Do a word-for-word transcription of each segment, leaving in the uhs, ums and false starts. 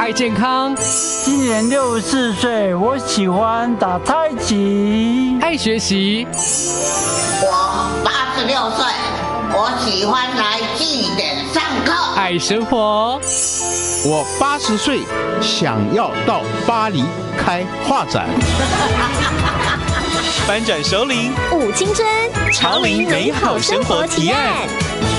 爱健康， 今年六十四岁，我喜欢打太极。 爱学习， 我八十六岁，我喜欢来祭典上课。 爱生活， 我八十岁，想要到巴黎开画展。 翻转熟龄舞青春， 潮龄美好生活提案。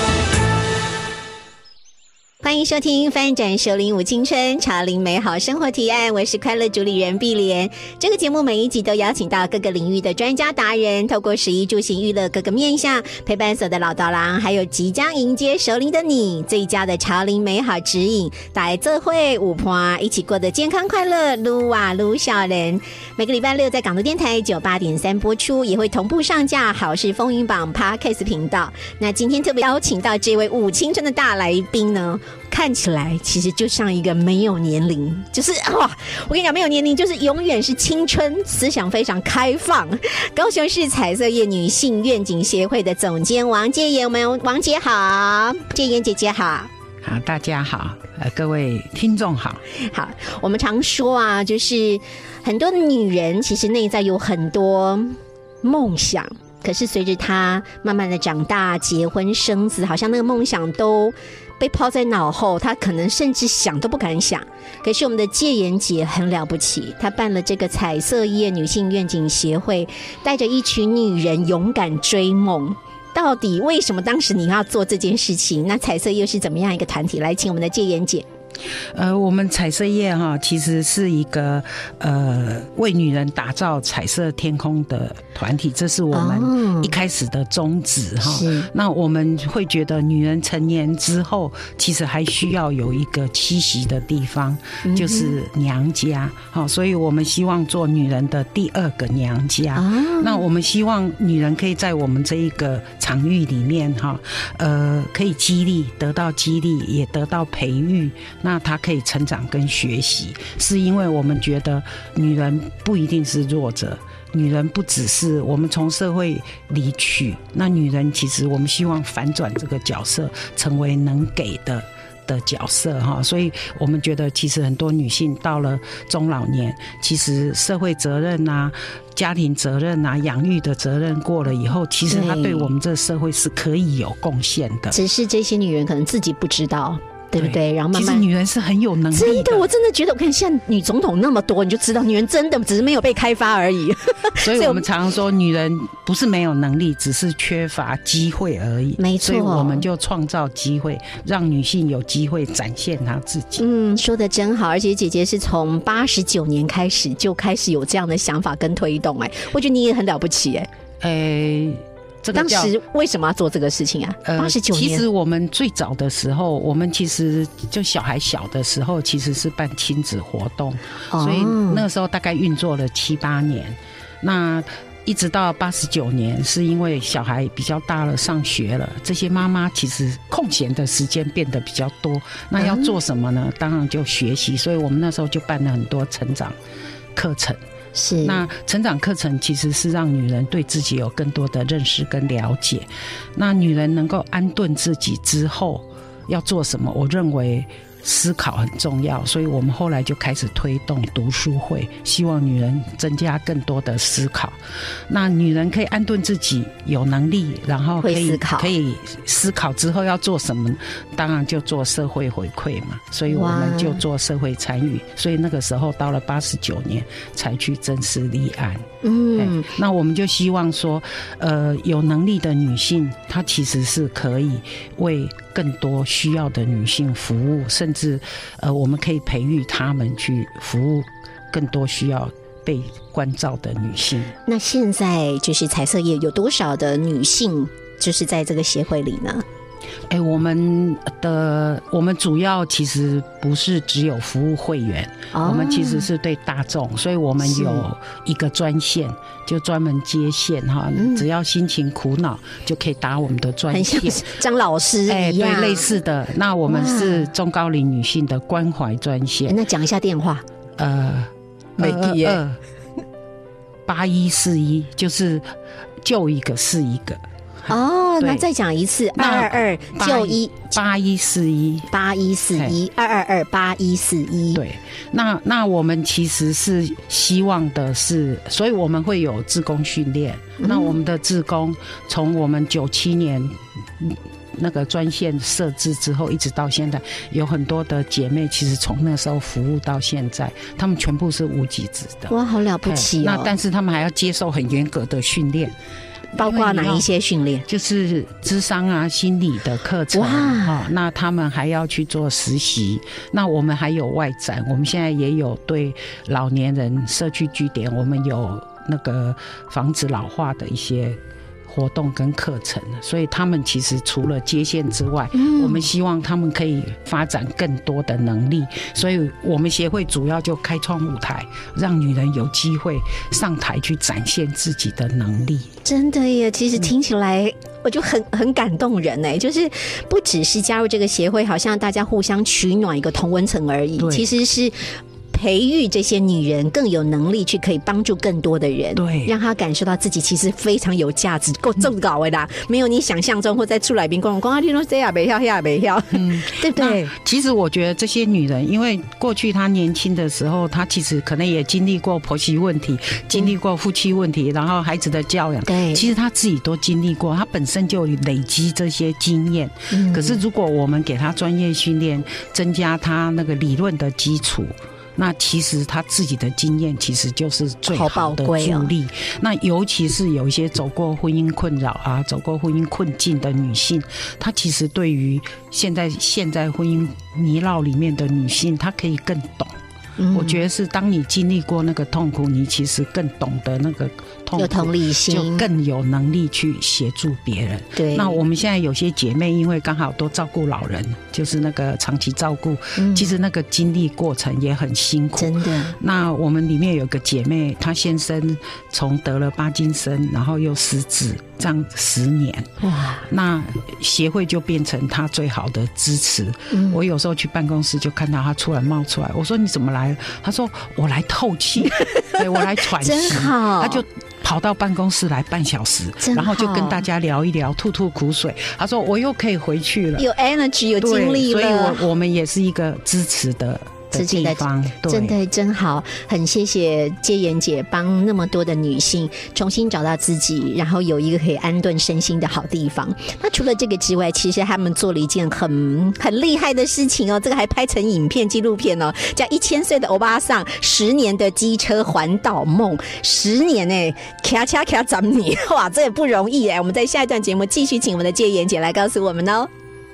欢迎收听翻转熟龄舞青春潮龄美好生活提案，我是快乐主理人碧莲。这个节目每一集都邀请到各个领域的专家达人，透过食衣住行娱乐各个面向，陪伴所有的老道郎，还有即将迎接熟龄的你，最佳的潮龄美好指引，大家做会舞伴一起过得健康快乐，撸啊撸笑人。每个礼拜六在港都电台九八点三播出，也会同步上架好事风云榜 Podcast 频道。那今天特别邀请到这位舞青春的大来宾呢，看起来其实就像一个没有年龄，就是哇，我跟你讲，没有年龄就是永远是青春，思想非常开放。高雄市彩色业女性愿景协会的总监王介妍，我们王姐好，介妍姐姐好。 好，大家好，呃，各位听众好。 好，我们常说啊，就是很多的女人其实内在有很多梦想，可是随着她慢慢的长大，结婚生子，好像那个梦想都被抛在脑后，她可能甚至想都不敢想。可是我们的介妍姐很了不起，她办了这个彩色业女性愿景协会，带着一群女人勇敢追梦。到底为什么当时你要做这件事情？那彩色又是怎么样一个团体？来，请我们的介妍姐。 呃，我们彩色业哈，其实是一个呃为女人打造彩色天空的团体，这是我们一开始的宗旨哈。哦、那我们会觉得女人成年之后，其实还需要有一个栖息的地方，嗯、就是娘家。好、哦，所以我们希望做女人的第二个娘家。哦、那我们希望女人可以在我们这一个场域里面哈，呃，可以激励，得到激励，也得到培育。那她可以成长跟学习，是因为我们觉得女人不一定是弱者，女人不只是我们从社会离去，那女人其实我们希望反转这个角色，成为能给的的角色哈，所以我们觉得其实很多女性到了中老年，其实社会责任啊、家庭责任啊、养育的责任过了以后，其实她对我们这个社会是可以有贡献的， 只是这些女人可能自己不知道。对不对？然后慢慢， 其实女人是很有能力的。 真的，我真的觉得，我看现在女总统那么多，你就知道女人真的只是没有被开发而已。 所以我们常常说，女人不是没有能力，只是缺乏机会而已。 没错， 所以我们就创造机会，让女性有机会展现她自己。 嗯，说得真好。而且姐姐是从八十九年开始就开始有这样的想法跟推动，哎，我觉得你也很了不起，哎。 诶。这个、 当时为什么要做这个事情啊？八十九年。 其实我们最早的时候，我们其实就小孩小的时候，其实是办亲子活动，哦、所以那个时候大概运作了七八年。那一直到八十九年，是因为小孩比较大了，上学了，这些妈妈其实空闲的时间变得比较多。那要做什么呢？嗯、当然就学习。所以我们那时候就办了很多成长课程。 是， 那成长课程其实是让女人对自己有更多的认识跟了解。那女人能够安顿自己之后要做什么，我认为思考很重要，所以我们后来就开始推动读书会，希望女人增加更多的思考。那女人可以安顿自己，有能力，然后可以思考， 可以思考之后要做什么，当然就做社会回馈嘛。所以我们就做社会参与。所以那个时候到了八十九年才去正式立案。嗯，那我们就希望说，呃，有能力的女性，她其实是可以为更多需要的女性服务，甚至呃，我们可以培育她们去服务更多需要被关照的女性。 那现在就是彩色业有多少的女性就是在这个协会里呢？ 哎，我们的我们主要其实不是只有服务会员，哦、我们其实是对大众，所以我们有一个专线，就专门接线哈、嗯，只要心情苦恼就可以打我们的专线， 很像张老师一样， 哎，对，类似的。那我们是中高龄女性的关怀专线， 那讲一下电话， 呃， 没记耶， 八一四一，就是救一个是一个。 哦，那再讲一次，二二二九一八一四一八一四一二二二八一四一。 对，那那我们其实是希望的是，所以我们会有志工训练。嗯、那我们的志工从我们九七年。那个专线设置之后，一直到现在，有很多的姐妹，其实从那时候服务到现在，她们全部是无给职的。 哇，好了不起哦！ 那但是她们还要接受很严格的训练， 包括哪一些训练？ 就是諮商啊、心理的课程。哇、哦，那他们还要去做实习。那我们还有外展，我们现在也有对老年人社区据点，我们有那个防止老化的一些活动跟课程，所以他们其实除了接线之外、嗯、我们希望他们可以发展更多的能力，所以我们协会主要就开创舞台，让女人有机会上台去展现自己的能力。 真的耶，其实听起来、嗯、我就很很感动人哎，就是不只是加入这个协会，好像大家互相取暖一个同温层而已，其实是培育这些女人更有能力去可以帮助更多的人，对，让她感受到自己其实非常有价值，够正搞的啦、嗯，没有你想象中或在出来宾公公啊，听说这样没跳，那样没跳，嗯，对不对？ 其实我觉得这些女人，因为过去她年轻的时候，她其实可能也经历过婆媳问题，经历过夫妻问题，然后孩子的教养，对，其实她自己都经历过，她本身就累积这些经验。嗯，可是如果我们给她专业训练，增加她那个理论的基础。那其实他自己的经验其实就是最好的助力、哦、那尤其是有一些走过婚姻困扰啊，走过婚姻困境的女性，她其实对于现在现在婚姻泥淖里面的女性，她可以更懂。嗯、我觉得是当你经历过那个痛苦，你其实更懂得那个痛苦，有同理心，就更有能力去协助别人。对，那我们现在有些姐妹，因为刚好都照顾老人，就是那个长期照顾、嗯，其实那个经历过程也很辛苦。真的。那我们里面有个姐妹，她先生从得了帕金森，然后又失智，这样十年。哇！那协会就变成她最好的支持。嗯、我有时候去办公室就看到她突然冒出来，我说你怎么来？他说我来透气，对，我来喘息。真好，他就跑到办公室来半小时，然后就跟大家聊一聊，吐吐苦水。他说我又可以回去了，有 energy 有精力了。所以我我们也是一个支持的的地方，真的真好，很谢谢介妍姐帮那么多的女性重新找到自己，然后有一个可以安顿身心的好地方。那除了这个之外，其实他们做了一件很很厉害的事情哦，这个还拍成影片纪录片哦，叫一千岁的欧巴桑十年的机车环岛梦。十年哎，卡卡卡十年，哇，这也不容易哎。我们在下一段节目继续请我们的介妍姐来告诉我们哦。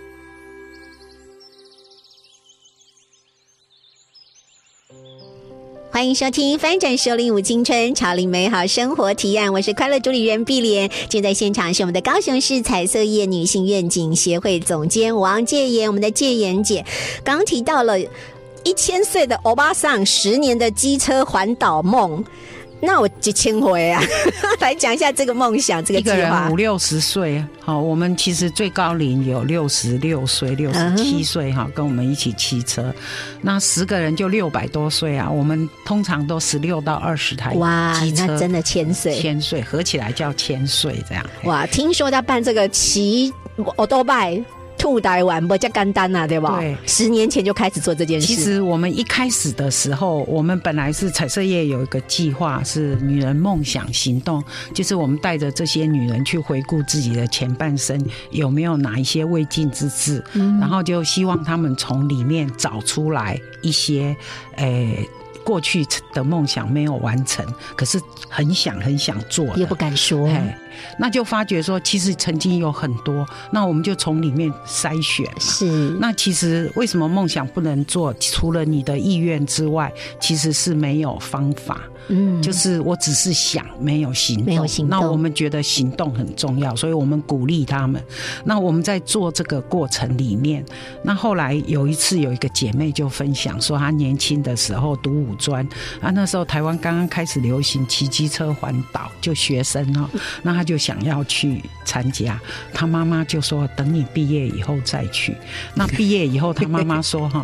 欢迎收听翻转首领舞青春潮领美好生活提案，我是快乐主理人碧莲。今天在现场是我们的高雄市彩色业女性愿景协会总监王介妍，我们的介妍姐刚刚提到了一千岁的欧巴桑十年的机车环岛梦，那我几千回啊，来讲一下这个梦想，这个计划。一个人五六十岁，好，我们其实最高龄有六十六岁、六十七岁哈，跟我们一起骑车。那十个人就六百多岁啊，我们通常都十六到二十台机车，那真的千岁，千岁合起来叫千岁这样。哇，听说要办这个骑欧多拜。兔台湾不叫简单啊，对吧？对，十年前就开始做这件事。其实我们一开始的时候，我们本来是彩色业有一个计划，是女人梦想行动，就是我们带着这些女人去回顾自己的前半生有没有哪一些未尽之志、嗯，然后就希望他们从里面找出来一些，诶。过去的梦想没有完成，可是很想很想做的，也不敢说，那就发觉说其实曾经有很多，那我们就从里面筛选。是，那其实为什么梦想不能做，除了你的意愿之外，其实是没有方法。嗯，就是我只是想，没有行动，没有行动。那我们觉得行动很重要，所以我们鼓励他们。那我们在做这个过程里面，那后来有一次有一个姐妹就分享说，她年轻的时候读五专啊，那时候台湾刚刚开始流行骑机车环岛，就学生哦，那她就想要去参加，她妈妈就说等你毕业以后再去。那毕业以后，她妈妈说哈。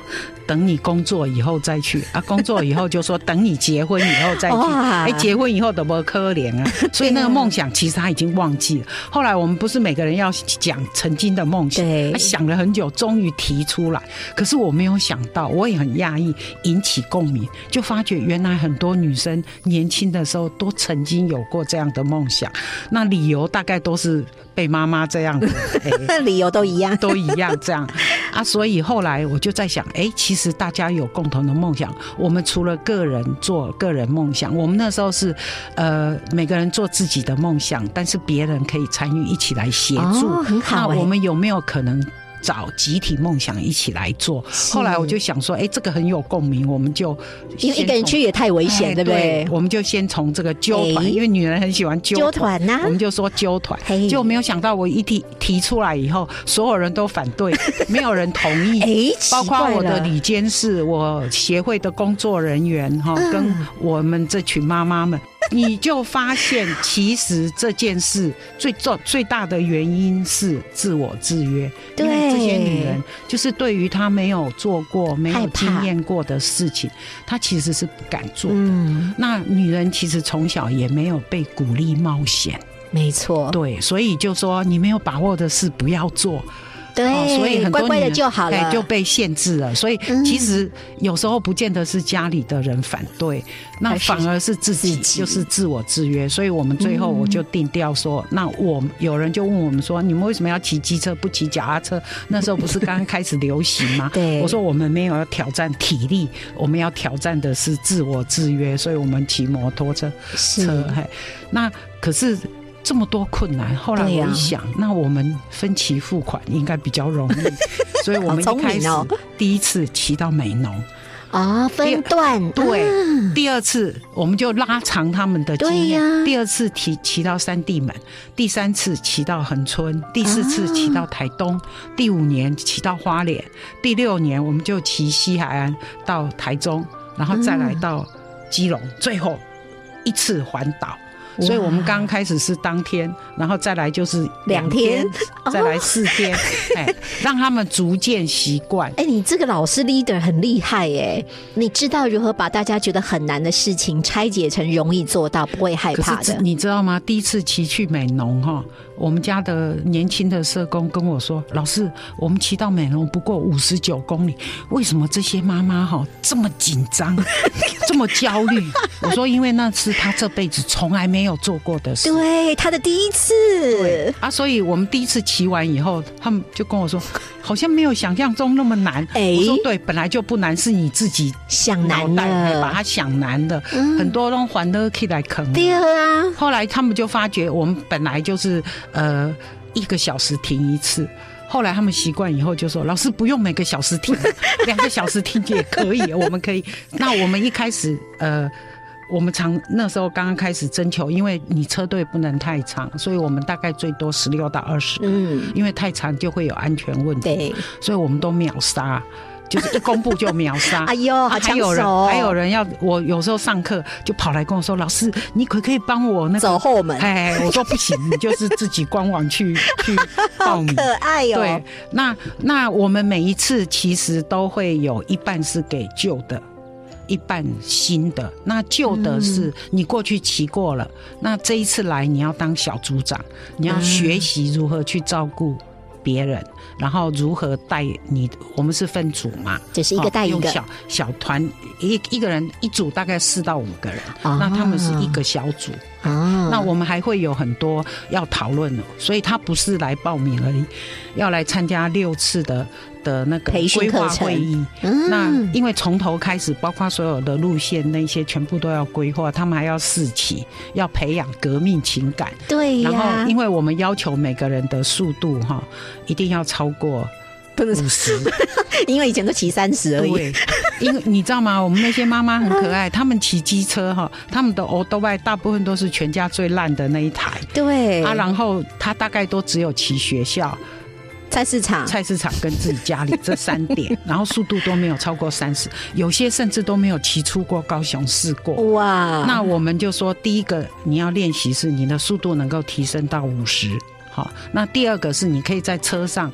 等你工作以后再去啊，工作以后就说等你结婚以后再去，哎，结婚以后都不可怜啊，所以那个梦想其实他已经忘记了。后来我们不是每个人要讲曾经的梦想，他想了很久，终于提出来。可是我没有想到，我也很讶异，引起共鸣，就发觉原来很多女生年轻的时候都曾经有过这样的梦想，那理由大概都是被妈妈这样子， 欸、理由都一样， 都一样这样啊。所以后来我就在想，哎、欸，其实大家有共同的梦想。我们除了个人做个人梦想，我们那时候是呃每个人做自己的梦想，但是别人可以参与一起来协助。 哦，很好、欸。 那我们有没有可能找集体梦想一起来做？后来我就想说，哎、欸，这个很有共鸣，我们就因为一个人去也太危险、欸，对不对？ 我们就先从这个揪团、欸，因为女人很喜欢揪团呐、啊，我们就说揪团。结果没有想到，我一提提出来以后，所有人都反对，没有人同意，欸、包括我的理监事、我协会的工作人员哈、嗯，跟我们这群妈妈们。你就发现，其实这件事最重最大的原因是自我制约。因为这些女人就是对于她没有做过、没有经验过的事情，她其实是不敢做的。嗯、那女人其实从小也没有被鼓励冒险， 没错。 对，所以就说你没有把握的事不要做。 对、哦， 所以很多乖乖的就好了， 就被限制了。所以其实有时候不见得是家里的人反对，那反而是自己就是自我制约。所以我们最后我就定调说，嗯、那我有人就问我们说，你们为什么要骑机车不骑脚踏车？那时候不是刚刚开始流行吗？对，我说我们没有要挑战体力，我们要挑战的是自我制约，所以我们骑摩托车车。那可是。这么多困难，后来我一想，啊、那我们分期付款应该比较容易，所以我们一开始第一次骑到美浓啊、哦，分段对、啊，第二次我们就拉长他们的经验，啊、第二次骑骑到三地门，第三次骑到恒春，第四次骑到台东，啊、第五年骑到花莲，第六年我们就骑西海岸到台中，然后再来到基隆，嗯、最后一次环岛。所以我们刚开始是当天，然后再来就是两天，再来四天，哎、哦，让他们逐渐习惯。 哎，你这个老师 leader 很厉害哎，你知道如何把大家觉得很难的事情拆解成容易做到，不会害怕的。 可是你知道吗？第一次骑去美浓哈，我们家的年轻的社工跟我说：“老师，我们骑到美浓不过五十九公里，为什么这些妈妈哈这么紧张，这么焦虑？”我说：“因为那是她这辈子从来没有。”有做过的事， 对他的第一次， 对啊，所以我们第一次骑完以后，他们就跟我说，好像没有想象中那么难。欸、我说对，本来就不难，是你自己想难了， 把它想难的，嗯、很多都还得起来坑。 对啊， 后来他们就发觉，我们本来就是呃一个小时停一次。后来他们习惯以后就说，老师不用每个小时停，两个小时停也可以，我们可以。那我们一开始呃。我们常那时候刚刚开始征求，因为你车队不能太长，所以我们大概最多十六到二十，嗯，因为太长就会有安全问题，对，所以我们都秒杀，就是一公布就秒杀。 哎呦，好抢手哦！ 还有人要我有时候上课就跑来跟我说，老师，你可不可以帮我那个走后门？ 哎，我说不行，你就是自己官网去去报名。 好可爱哦！ 对，那那我们每一次其实都会有一半是给旧的。一半新的，那旧的是你过去骑过了，嗯、那这一次来你要当小组长，你要学习如何去照顾别人，嗯、然后如何带你，我们是分组嘛， 就是一个带一个， 小小团一一个人一组大概四到五个人，哦、那他们是一个小组。啊，那我们还会有很多要讨论的，所以他不是来报名而已，要来参加六次的的那个规划会议。嗯、那因为从头开始，包括所有的路线那些全部都要规划，他们还要试骑，要培养革命情感。 对呀。 然后，因为我们要求每个人的速度哈，一定要超过五十， 因为以前都骑三十而已。 对，因为你知道吗？我们那些妈妈很可爱，他们骑机车哈，他们的欧多拜大部分都是全家最烂的那一台。 对啊，然后他大概都只有骑学校、 菜市场、 菜市场跟自己家里这三点，然后速度都没有超过三十，有些甚至都没有骑出过高雄市过。哇！那我们就说，第一个你要练习是你的速度能够提升到五十，好，那第二个是你可以在车上。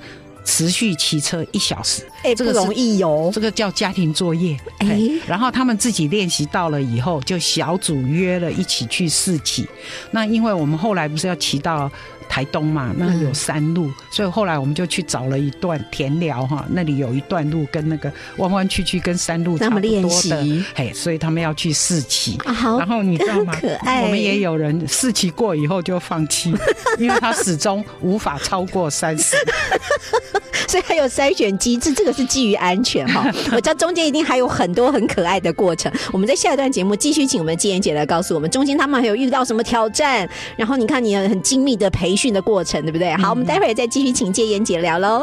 持续骑车一小时， 哎、欸，不容易哦。 这个叫家庭作业。哎、欸，然后他们自己练习到了以后，就小组约了一起去试骑。那因为我们后来不是要骑到台东嘛，那有山路、嗯，所以后来我们就去找了一段田寮哈，那里有一段路跟那个弯弯曲曲跟山路差不多的，嘿，所以他们要去试骑、啊。然后你知道吗？可爱。我们也有人试骑过以后就放弃，因为他始终无法超过三十。 所以还有筛选机制，这个是基于安全哈。我知道中间一定还有很多很可爱的过程。我们在下一段节目继续请我们纪妍姐来告诉我们，中间他们还有遇到什么挑战，然后你看你有很精密的培训的过程，对不对？好，我们待会儿再继续请纪妍姐聊喽。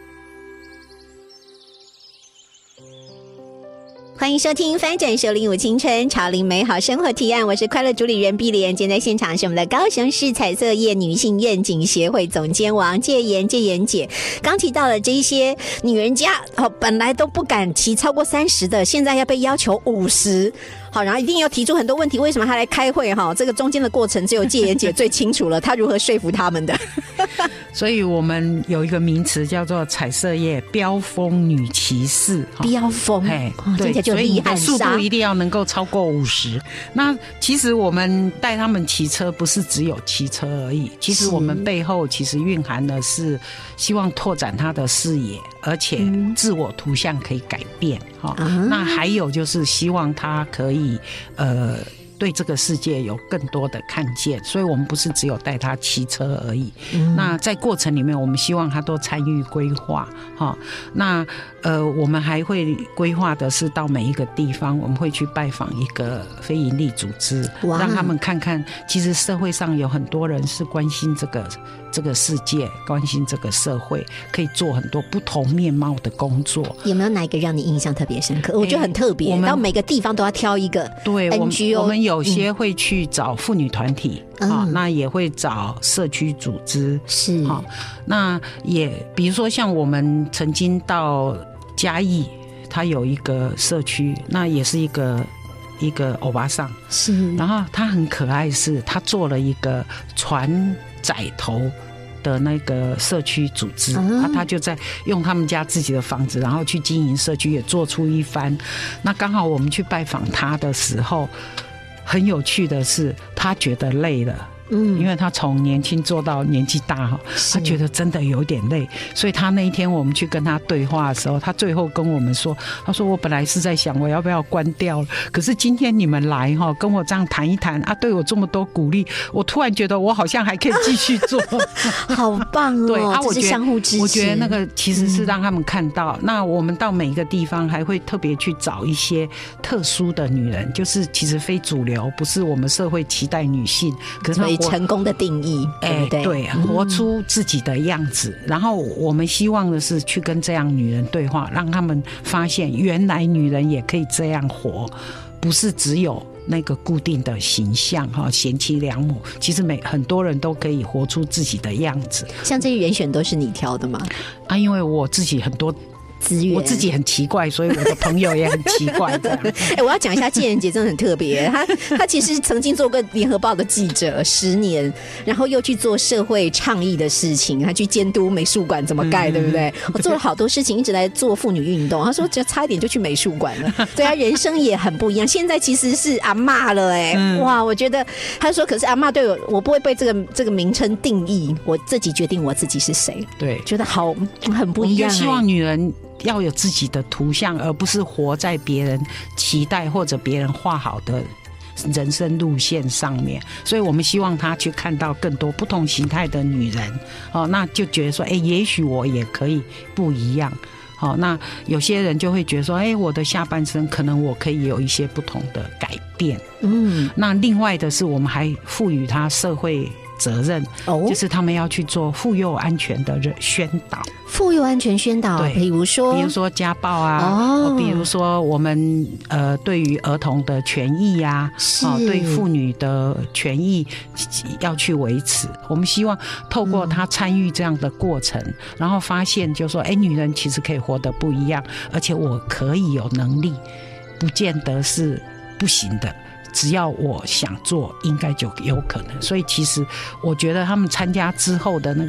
欢迎收听翻转首领舞青春潮龄美好生活提案，我是快乐主理人碧莲。今天在现场是我们的高雄市彩色业女性愿景协会总监王纪妍纪妍姐。刚提到了这些女人家、哦、本来都不敢骑超过三十的，现在要被要求五十。好，然后一定要提出很多问题，为什么他来开会哈？这个中间的过程只有纪妍姐最清楚了，她如何说服他们的。 所以我们有一个名词叫做彩色业飙风女骑士。 飙风，哎、哦，对，就所以你的速度一定要能够超过五十。那其实我们带他们骑车，不是只有骑车而已，其实我们背后其实蕴含的是希望拓展他的视野，而且自我图像可以改变。哈、嗯，那还有就是希望他可以呃。对这个世界有更多的看见，所以我们不是只有带他骑车而已、嗯、那在过程里面我们希望他都参与规划、哦、那呃，我们还会规划的是到每一个地方我们会去拜访一个非营利组织，让他们看看其实社会上有很多人是关心这个这个世界，关心这个社会，可以做很多不同面貌的工作。 有没有哪一个让你印象特别深刻？我觉得很特别、欸、到每个地方都要挑一个 N G O。 对，我们我们有些会去找妇女团体、嗯哦、那也会找社区组织， 是、哦、 那也比如说像我们曾经到嘉义，它有一个社区，那也是一个一个欧巴桑， 是， 然后他很可爱，是他做了一个船载头的那个社区组织、嗯、啊，他就在用他们家自己的房子，然后去经营社区，也做出一番。那刚好我们去拜访他的时候，很有趣的是，他觉得累了。嗯，因为他从年轻做到年纪大哈，他觉得真的有点累，所以他那一天我们去跟他对话的时候，他最后跟我们说，他说我本来是在想我要不要关掉了，可是今天你们来哈，跟我这样谈一谈啊，对我这么多鼓励，我突然觉得我好像还可以继续做。 好棒哦！ 对啊， 我觉得相互支持， 我觉得那个其实是让他们看到、嗯、那我们到每一个地方还会特别去找一些特殊的女人，就是其实非主流，不是我们社会期待女性，可是她成功的定义，对不对？ 欸、对，活出自己的样子、嗯。然后我们希望的是去跟这样女人对话，让他们发现原来女人也可以这样活，不是只有那个固定的形象哈，贤妻良母。其实每很多人都可以活出自己的样子。 像这些人选都是你挑的吗？ 啊，因为我自己很多。 资源， 我自己很奇怪，所以我的朋友也很奇怪这样。 哎、欸，我要讲一下纪妍姐真的很特别，她她其实曾经做过联合报的记者十年，然后又去做社会倡议的事情，她去监督美术馆怎么盖、嗯，对不对？我做了好多事情，一直来做妇女运动。她说只要差一点就去美术馆了。对啊，人生也很不一样。现在其实是阿嬷了、欸，哎、嗯，哇，我觉得她说，可是阿嬷对我，我不会被这个这个名称定义，我自己决定我自己是谁。 对， 觉得好很不一样、欸。 我就希望女人要有自己的图像，而不是活在别人期待或者别人画好的人生路线上面。所以我们希望他去看到更多不同形态的女人，哦，那就觉得说，哎，也许我也可以不一样。好，那有些人就会觉得说，哎，我的下半生可能我可以有一些不同的改变。嗯，那另外的是，我们还赋予他社会责任、哦、就是他们要去做妇幼安全的宣导。 妇幼安全宣导，对，比如说， 比如说家暴啊，哦，比如说我们呃对于儿童的权益啊，哦，对妇女的权益要去维持。我们希望透过他参与这样的过程，嗯、然后发现就说，哎，女人其实可以活得不一样，而且我可以有能力，不见得是不行的。只要我想做，应该就有可能。所以其实我觉得他们参加之后的那个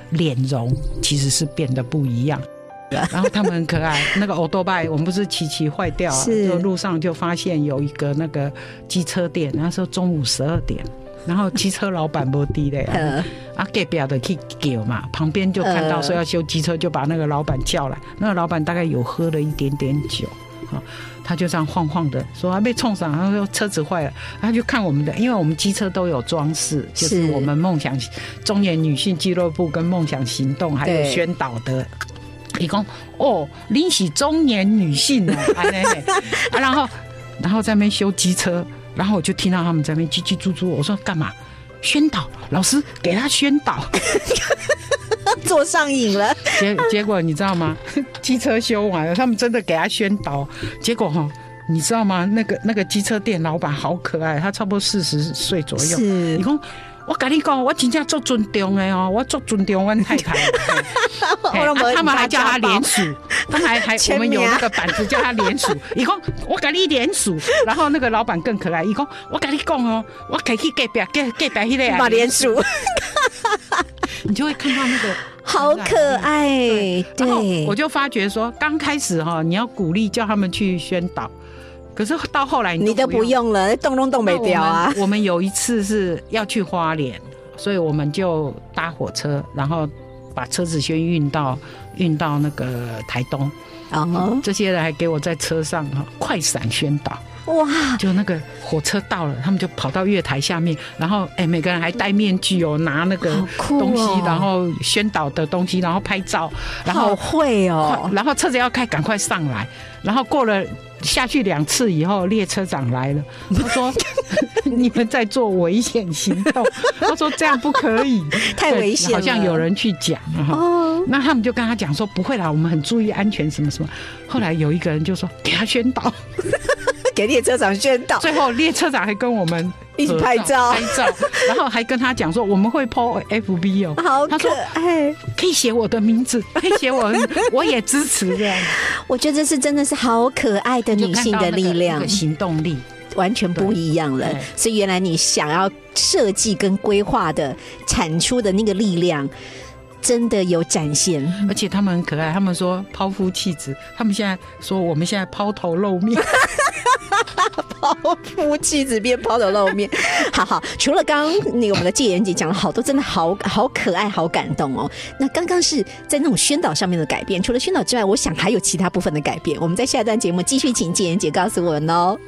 脸容其实是变得不一样。然后他们很可爱，那个欧多拜我们不是骑骑坏掉啊，就路上就发现有一个那个机车店，那时候中午十二点，然后机车老板没低的啊，啊隔壁的去叫嘛，旁边就看到说要修机车，就把那个老板叫来，那个老板大概有喝了一点点酒，他就这样晃晃的说还被冲上，他说车子坏了，他就看我们的，因为我们机车都有装饰，就是我们梦想中年女性俱乐部跟梦想行动还有宣导的。你说哦，你是中年女性啊，啊然后然后在那边修机车，然后我就听到他们在那边叽叽喳喳，我说干嘛？宣导，老师给他宣导， 做上瘾了。 结结果你知道吗？机车修完了，他们真的给他宣导，结果哈。你知道吗？那个那个机车店老板好可爱，他差不多四十岁左右。你说，我跟你讲，我真正做尊重的哦，我做尊重我太太。啊、他们还叫他联署，他还还我们有那个板子叫他联署。你说我跟你联署，然后那个老板更可爱。你说我跟你讲哦，我可以去隔壁隔隔壁那个。 把联署。 你就会看到那个。 好可爱， 对。然后我就发觉说，刚开始哈，你要鼓励叫他们去宣导。可是到后来 你, 你都不用了，动动动没掉啊我！我们有一次是要去花莲，所以我们就搭火车，然后把车子先运到运到那个台东。哦，这些人还给我在车上快闪宣导。哇！就那个火车到了，他们就跑到月台下面，然后哎、欸，每个人还戴面具哦，拿那个东西，哦、然后宣导的东西，然后拍照，然后好会哦， 然后车子要开，赶快上来，然后过了。下去两次以后，列车长来了，他说：“你们在做危险行动。”他说：“这样不可以， 太危险了。” 好像有人去讲哦，那他们就跟他讲说：“不会啦，我们很注意安全，什么什么。”后来有一个人就说：“给他宣导， 给列车长宣导。” 最后列车长还跟我们一起拍照， 拍照，然后还跟他讲说：“我们会 po F B 哦。” 好可爱， 可以写我的名字，可以写我，我也支持这样。 我觉得这是真的是好可爱的女性的力量， 那个行动力完全不一样了。所以原来你想要设计跟规划的产出的那个力量。真的有展现， 而且他们很可爱。他们说抛夫弃子，他们现在说我们现在抛头露面， 抛夫弃子变抛头露面。好好，除了刚刚那个我们的戒严姐讲了好多，真的好好可爱、好感动哦。那刚刚是在那种宣导上面的改变，除了宣导之外，我想还有其他部分的改变。我们在下一段节目继续请戒严姐告诉我们哦。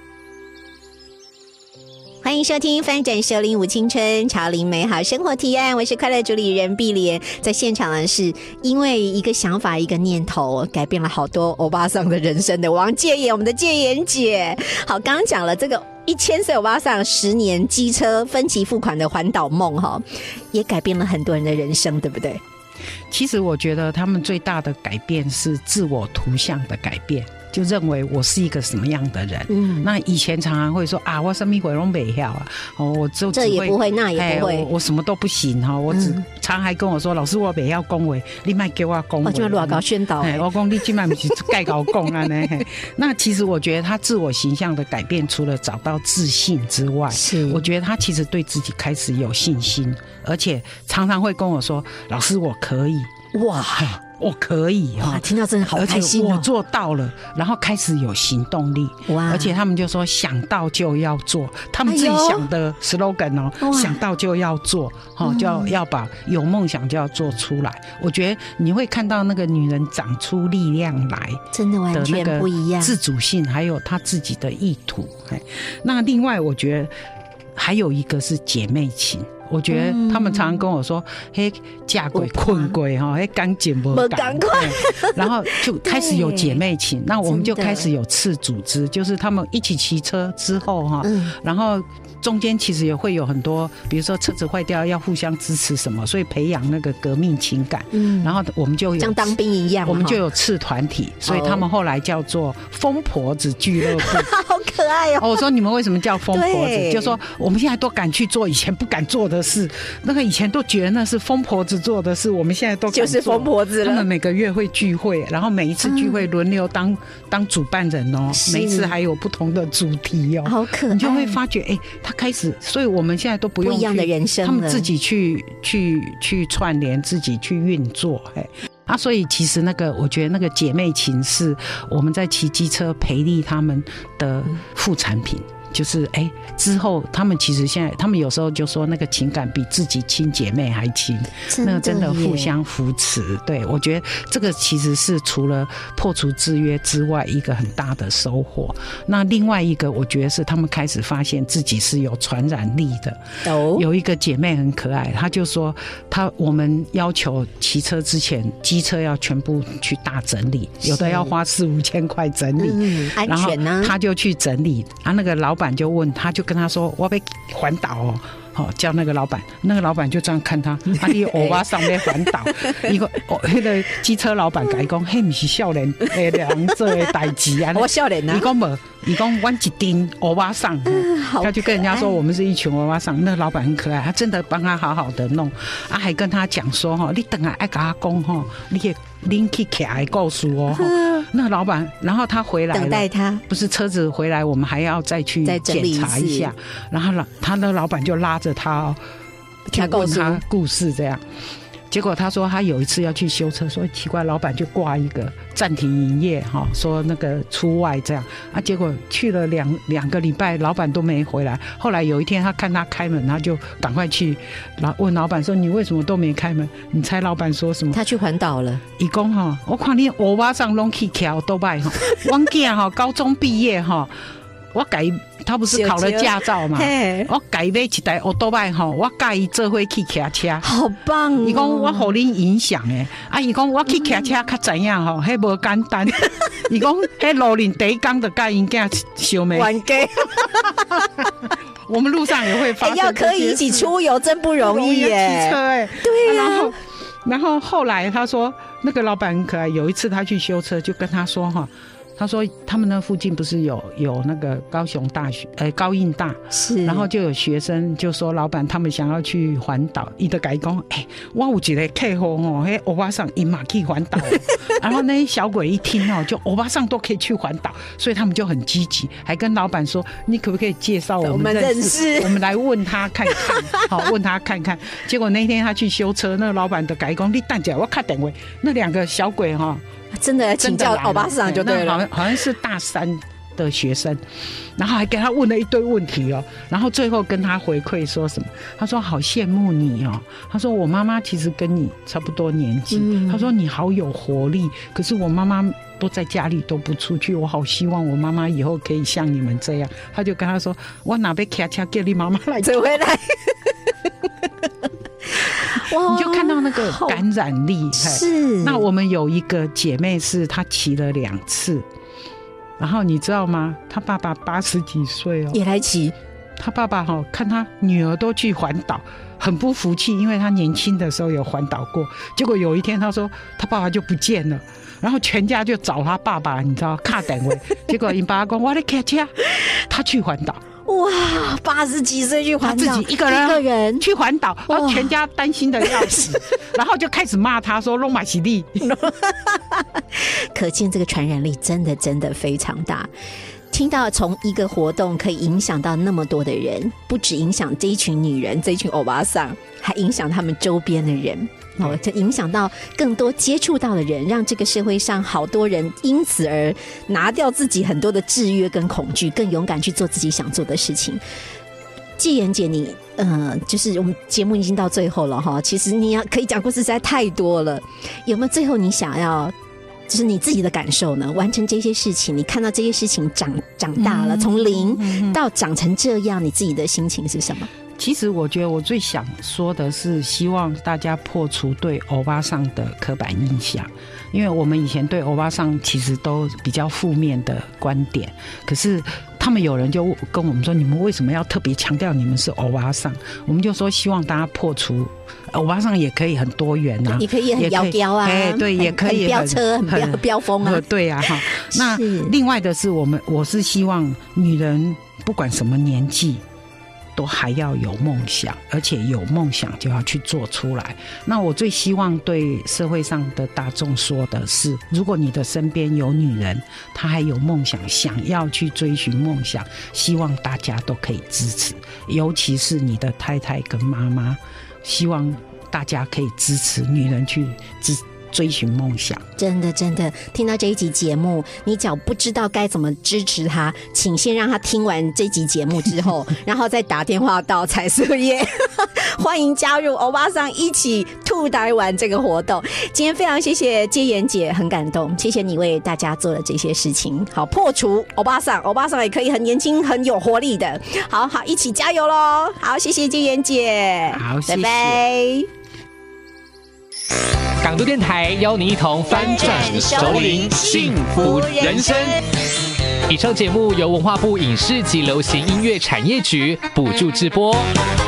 欢迎收听翻转首领舞青春潮龄美好生活提案，我是快乐主理人碧莲。在现场呢，是因为一个想法一个念头改变了好多欧巴桑的人生的王戒严，我们的戒严姐。好，刚刚讲了这个一千岁欧巴桑十年机车分期付款的环岛梦哈，也改变了很多人的人生，对不对？ 其实我觉得他们最大的改变是自我图像的改变，就认为我是一个什么样的人。嗯，那以前常常会说啊，我什么会都不会啊，哦，我就这也不会，那也不会， 我, 我什么都不行哈，我只、嗯、常还跟我说，老师我不要恭维，你别给我恭维， 我就乱搞宣导、欸， 我讲你今晚不是盖搞讲啊呢。那其实我觉得他自我形象的改变，除了找到自信之外，是我觉得他其实对自己开始有信心，而且常常会跟我说，老师我可以。哇，我可以哈！ 听到真的好开心、哦、 而且我做到了，然后开始有行动力。哇！而且他们就说想到就要做，他们自己想的 slogan 哦，哎、想到就要做，哈、哦，就要要把有梦想就要做出来。我觉得你会看到那个女人长出力量来， 真的完全不一样， 自主性还有她自己的意图。那另外我觉得还有一个是姐妹情。我觉得他们常常跟我说：“嘿、嗯，嫁鬼困鬼哈，嘿，刚剪不赶快。”然后就开始有姐妹情，那我们就开始有次组织，就是他们一起骑车之后哈，嗯、然后中间其实也会有很多，比如说车子坏掉要互相支持什么，所以培养那个革命情感。嗯，然后我们就有像当兵一样， 我们就有次团体，所以他们后来叫做疯婆子俱乐部。 好可可爱哦。 哦我说你们为什么叫疯婆对子？就说我们现在都敢去做以前不敢做的事，那个以前都觉得那是疯婆子做的事，我们现在都敢做就是疯婆子了。 他们每个月会聚会，然后每一次聚会轮流当、嗯、当主办人哦，每一次还有不同的主题哦， 好可爱。 你就会发觉，哎，他开始，所以我们现在都不用不一样的人生了， 他们自己去去去串联，自己去运作，哎。啊，所以其实那个，我觉得那个姐妹情是我们在骑机车培力他们的副产品。就是哎，之后他们其实现在，他们有时候就说那个情感比自己亲姐妹还亲，那个真的互相扶持。对，我觉得这个其实是除了破除制约之外一个很大的收获。那另外一个，我觉得是他们开始发现自己是有传染力的。哦，有一个姐妹很可爱，她就说，她我们要求骑车之前，机车要全部去大整理，有的要花四五千块整理， 嗯，安全呢， 她就去整理啊，那个老板。就问他，就跟他说：“我要环岛哦。”好、哦，叫那个老板，那个老板就这样看他，他的欧巴上面环岛，一个哦，那个机车老板改讲，嘿，不是少年诶人做的代志啊， 我少年啊， 伊讲无，伊讲阮一丁欧巴上，他就跟人家说我们是一群欧巴上，那个老板很可爱，他真的帮他好好的弄，啊，还跟他讲说哈，你等下爱跟他讲哈，你也拎去起来告诉我哈，那个老板，然后他回来了， 等待他， 不是车子回来，我们还要再去检查一下，然后老他那个老板就拉着他、哦，就问他故事这样。结果他说他有一次要去修车，说奇怪，老板就挂一个暂停营业哈，说那个出外这样啊。结果去了两两个礼拜，老板都没回来。后来有一天他看他开门，他就赶快去老问老板说：“你为什么都没开门？”你猜老板说什么？ 他去环岛了。 伊讲哈，我看你欧巴上拢去骑多拜哈，我囝哈高中毕业哈。我改他不是考了驾照嘛？我改买一台欧多拜吼，我介意做伙去骑车， 好棒、哦！ 伊讲我互恁影响诶，啊，伊讲我去骑车较知影吼，迄无简单。伊讲迄路人第一工就甲因囝相骂。 玩 gay 我们路上也会发生、欸， 要可以一起出游真不容易耶。 骑车哎， 对呀、啊。 然后，然后后来他说，那个老板很可爱。有一次他去修车，就跟他说哈。他说他们那附近不是有有那个高雄大学，呃、欸、高应大，是，然后就有学生就说老板他们想要去环岛，伊就改讲，哎、欸，我有一个客户哦，迄欧巴桑伊嘛去环岛，然后那些小鬼一听哦，就欧巴桑都可以去环岛，所以他们就很积极，还跟老板说，你可不可以介绍我们认识，我们来问他看看，好问他看看。结果那天他去修车，那个老板就改讲，你等一下我看电话，那两个小鬼哈。 真的请教欧巴桑就对了， 好像好像是大三的学生，然后还跟他问了一堆问题哦，然后最后跟他回馈说什么？他说好羡慕你哦，他说我妈妈其实跟你差不多年纪，嗯、他说你好有活力，可是我妈妈都在家里都不出去，我好希望我妈妈以后可以像你们这样。他就跟他说，我哪边开车叫你妈妈来走回来。你就看到那个感染力，是。那我们有一个姐妹是她骑了两次，然后你知道吗？她爸爸八十几岁哦， 也来骑。 她爸爸哈、哦、看她女儿都去环岛，很不服气，因为她年轻的时候有环岛过。结果有一天她说她爸爸就不见了，然后全家就找她爸爸，你知道卡等位。结果你爸爸说我在开车，他去环岛。 哇，八十几岁去环岛， 他自己一个人， 一个人去环岛，然后全家担心的要死，然后就开始骂他说：“弄马西利。” 可见这个传染力真的真的非常大。听到从一个活动可以影响到那么多的人，不只影响这一群女人，这一群欧巴桑，还影响他们周边的人。哦，就影响到更多接触到的人，让这个社会上好多人因此而拿掉自己很多的制约跟恐惧，更勇敢去做自己想做的事情。纪妍姐你，呃，就是我们节目已经到最后了哈，其实你要可以讲故事实在太多了，有没有最后你想要？就是你自己的感受呢？完成这些事情，你看到这些事情长长大了，从零到长成这样，你自己的心情是什么？ 其实我觉得我最想说的是，希望大家破除对欧巴桑的刻板印象，因为我们以前对欧巴桑其实都比较负面的观点，可是他们有人就跟我们说，你们为什么要特别强调你们是欧巴桑？我们就说希望大家破除欧巴桑也可以很多元啊， 也可以很摇摇啊， 哎，对，也可以很飙车，很飙飙风啊， 对啊，哈。那另外的是，我们我是希望女人不管什么年纪，都还要有梦想，而且有梦想就要去做出来。那我最希望对社会上的大众说的是，如果你的身边有女人，她还有梦想，想要去追寻梦想，希望大家都可以支持，尤其是你的太太跟妈妈，希望大家可以支持女人去支追寻梦想。 真的真的，听到这一集节目，你只要不知道该怎么支持他，请先让他听完这集节目之后然后再打电话到彩色业欢迎加入欧巴桑一起兔台湾这个活动。今天非常谢谢介妍姐，很感动，谢谢你为大家做了这些事情，好破除欧巴桑，欧巴桑也可以很年轻很有活力的，好好一起加油咯。好，谢谢介妍姐， 好，谢谢， 拜拜。 港都电台邀您一同翻转熟龄幸福人生。以上节目由文化部影视及流行音乐产业局补助直播。